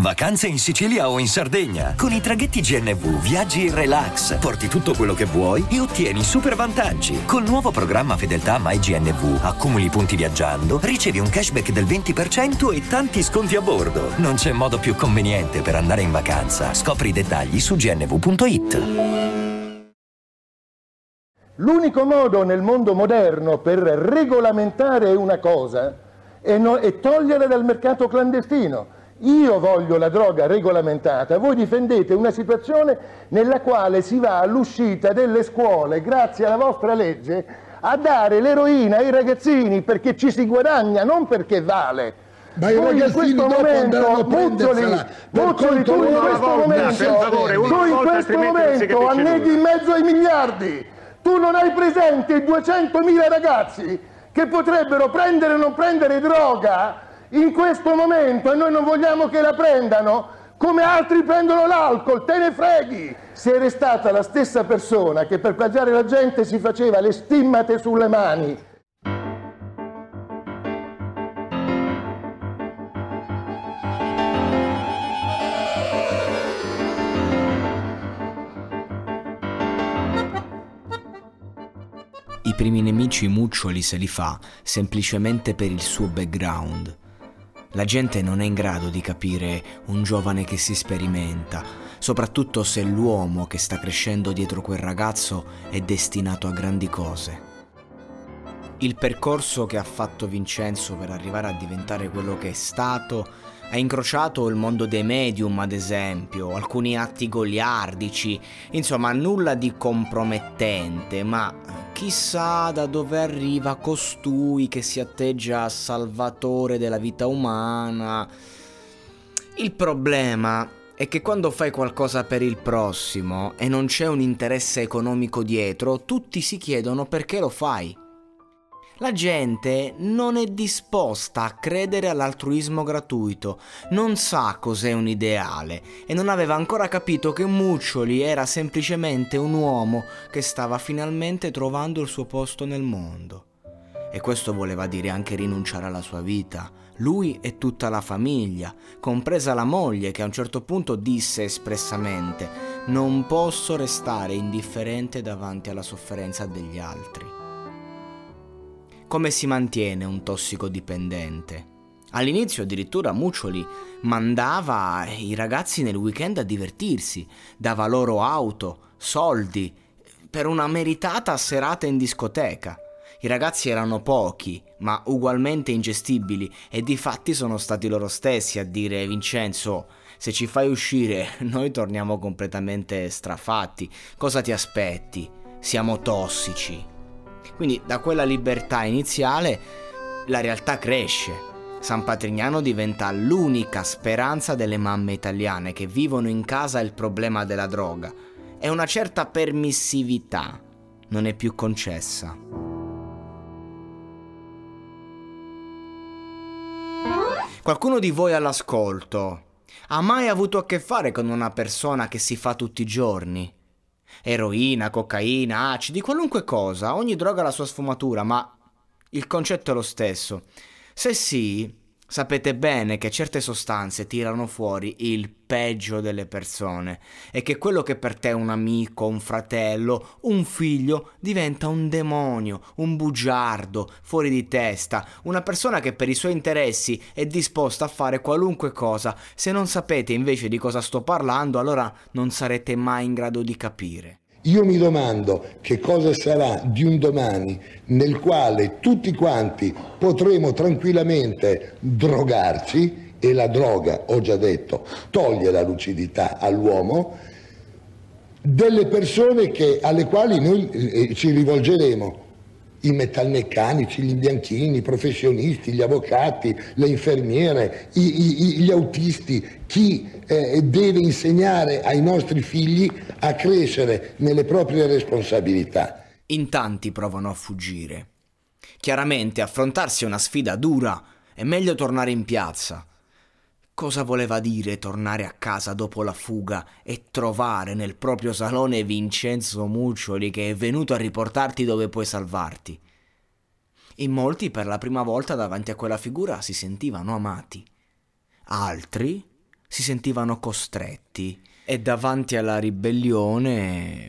Vacanze in Sicilia o in Sardegna. Con i traghetti GNV viaggi in relax, porti tutto quello che vuoi e ottieni super vantaggi. Col nuovo programma Fedeltà MyGNV accumuli punti viaggiando, ricevi un cashback del 20% e tanti sconti a bordo. Non c'è modo più conveniente per andare in vacanza. Scopri i dettagli su gnv.it. L'unico modo nel mondo moderno per regolamentare una cosa è toglierla dal mercato clandestino. Io voglio la droga regolamentata, voi difendete una situazione nella quale si va all'uscita delle scuole, grazie alla vostra legge, a dare l'eroina ai ragazzini perché ci si guadagna, non perché vale. Ma i ragazzini dopo andranno a prendersela. Muccioli, tu in questo momento anneghi in mezzo ai miliardi. Tu non hai presente i 200.000 ragazzi che potrebbero prendere o non prendere droga in questo momento e noi non vogliamo che la prendano, come altri prendono l'alcol, te ne freghi! Se eri stata la stessa persona che per plagiare la gente si faceva le stimmate sulle mani. I primi nemici Muccioli se li fa semplicemente per il suo background. La gente non è in grado di capire un giovane che si sperimenta, soprattutto se l'uomo che sta crescendo dietro quel ragazzo è destinato a grandi cose. Il percorso che ha fatto Vincenzo per arrivare a diventare quello che è stato ha incrociato il mondo dei medium, ad esempio, alcuni atti goliardici, insomma nulla di compromettente, ma chissà da dove arriva costui che si atteggia a salvatore della vita umana. Il problema è che quando fai qualcosa per il prossimo e non c'è un interesse economico dietro, tutti si chiedono perché lo fai. La gente non è disposta a credere all'altruismo gratuito, non sa cos'è un ideale e non aveva ancora capito che Muccioli era semplicemente un uomo che stava finalmente trovando il suo posto nel mondo. E questo voleva dire anche rinunciare alla sua vita, lui e tutta la famiglia, compresa la moglie che a un certo punto disse espressamente: «Non posso restare indifferente davanti alla sofferenza degli altri». Come si mantiene un tossicodipendente? All'inizio addirittura Muccioli mandava i ragazzi nel weekend a divertirsi, dava loro auto, soldi, per una meritata serata in discoteca. I ragazzi erano pochi, ma ugualmente ingestibili, e difatti sono stati loro stessi a dire: «Vincenzo, se ci fai uscire noi torniamo completamente strafatti, cosa ti aspetti? Siamo tossici». Quindi da quella libertà iniziale la realtà cresce. San Patrignano diventa l'unica speranza delle mamme italiane che vivono in casa il problema della droga e una certa permissività non è più concessa. Qualcuno di voi all'ascolto ha mai avuto a che fare con una persona che si fa tutti i giorni? Eroina, cocaina, acidi, qualunque cosa, ogni droga ha la sua sfumatura, ma il concetto è lo stesso. Se sì, sapete bene che certe sostanze tirano fuori il peggio delle persone e che quello che per te è un amico, un fratello, un figlio diventa un demonio, un bugiardo, fuori di testa, una persona che per i suoi interessi è disposta a fare qualunque cosa. Se non sapete invece di cosa sto parlando, allora non sarete mai in grado di capire. Io mi domando che cosa sarà di un domani nel quale tutti quanti potremo tranquillamente drogarci, e la droga, ho già detto, toglie la lucidità all'uomo, delle persone alle quali noi ci rivolgeremo, i metalmeccanici, gli imbianchini, i professionisti, gli avvocati, le infermiere, gli autisti, chi deve insegnare ai nostri figli a crescere nelle proprie responsabilità. In tanti provano a fuggire. Chiaramente affrontarsi è una sfida dura, è meglio tornare in piazza. Cosa voleva dire tornare a casa dopo la fuga e trovare nel proprio salone Vincenzo Muccioli che è venuto a riportarti dove puoi salvarti? In molti per la prima volta davanti a quella figura si sentivano amati. Altri si sentivano costretti e davanti alla ribellione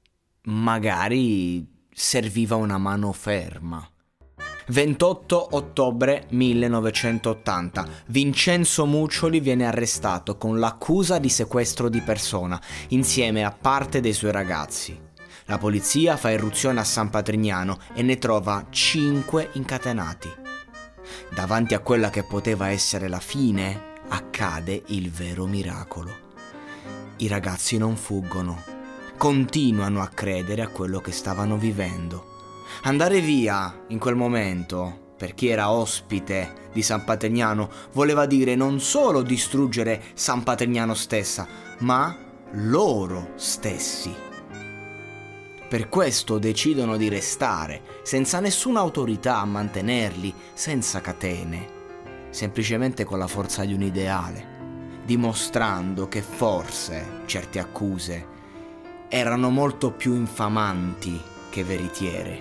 magari serviva una mano ferma. 28 ottobre 1980. Vincenzo Muccioli viene arrestato con l'accusa di sequestro di persona insieme a parte dei suoi ragazzi. La polizia fa irruzione a San Patrignano e ne trova 5 incatenati. Davanti a quella che poteva essere la fine, accade il vero miracolo. I ragazzi non fuggono, continuano a credere a quello che stavano vivendo. Andare via in quel momento, per chi era ospite di San Patrignano, voleva dire non solo distruggere San Patrignano stessa, ma loro stessi. Per questo decidono di restare, senza nessuna autorità a mantenerli, senza catene, semplicemente con la forza di un ideale, dimostrando che forse certe accuse erano molto più infamanti che veritiere.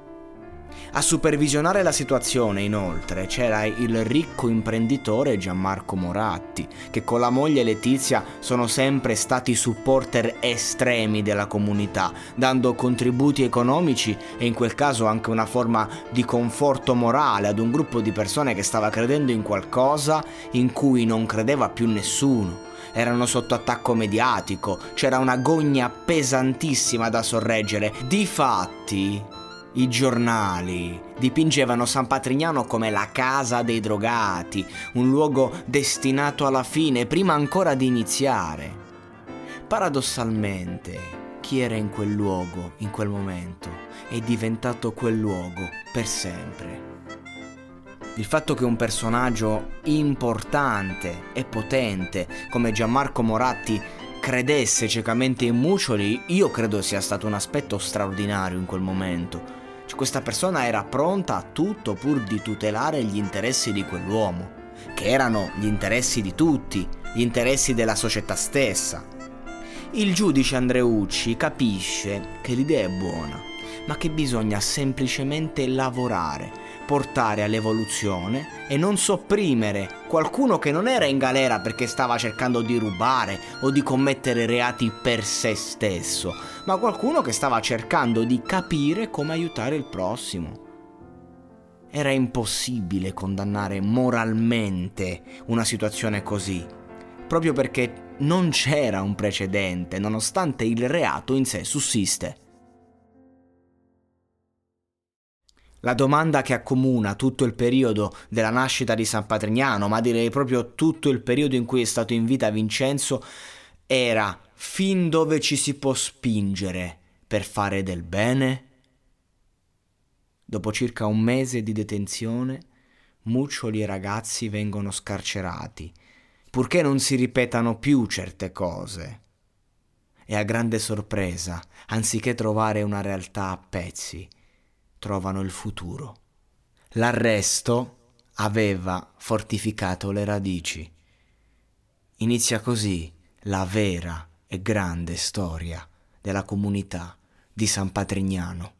A supervisionare la situazione, inoltre, c'era il ricco imprenditore Gianmarco Moratti, che con la moglie Letizia sono sempre stati supporter estremi della comunità, dando contributi economici e in quel caso anche una forma di conforto morale ad un gruppo di persone che stava credendo in qualcosa in cui non credeva più nessuno. Erano sotto attacco mediatico, c'era una gogna pesantissima da sorreggere. Difatti, i giornali dipingevano San Patrignano come la casa dei drogati, un luogo destinato alla fine, prima ancora di iniziare. Paradossalmente, chi era in quel luogo, in quel momento, è diventato quel luogo per sempre. Il fatto che un personaggio importante e potente come Gianmarco Moratti credesse ciecamente in Muccioli, io credo sia stato un aspetto straordinario in quel momento. Questa persona era pronta a tutto pur di tutelare gli interessi di quell'uomo, che erano gli interessi di tutti, gli interessi della società stessa. Il giudice Andreucci capisce che l'idea è buona, ma che bisogna semplicemente lavorare, portare all'evoluzione e non sopprimere qualcuno che non era in galera perché stava cercando di rubare o di commettere reati per se stesso, ma qualcuno che stava cercando di capire come aiutare il prossimo. Era impossibile condannare moralmente una situazione così, proprio perché non c'era un precedente, nonostante il reato in sé sussiste. La domanda che accomuna tutto il periodo della nascita di San Patrignano, ma direi proprio tutto il periodo in cui è stato in vita Vincenzo, era: fin dove ci si può spingere per fare del bene? Dopo circa un mese di detenzione, Muccioli e i ragazzi vengono scarcerati, purché non si ripetano più certe cose. E a grande sorpresa, anziché trovare una realtà a pezzi, trovano il futuro. L'arresto aveva fortificato le radici. Inizia così la vera e grande storia della comunità di San Patrignano.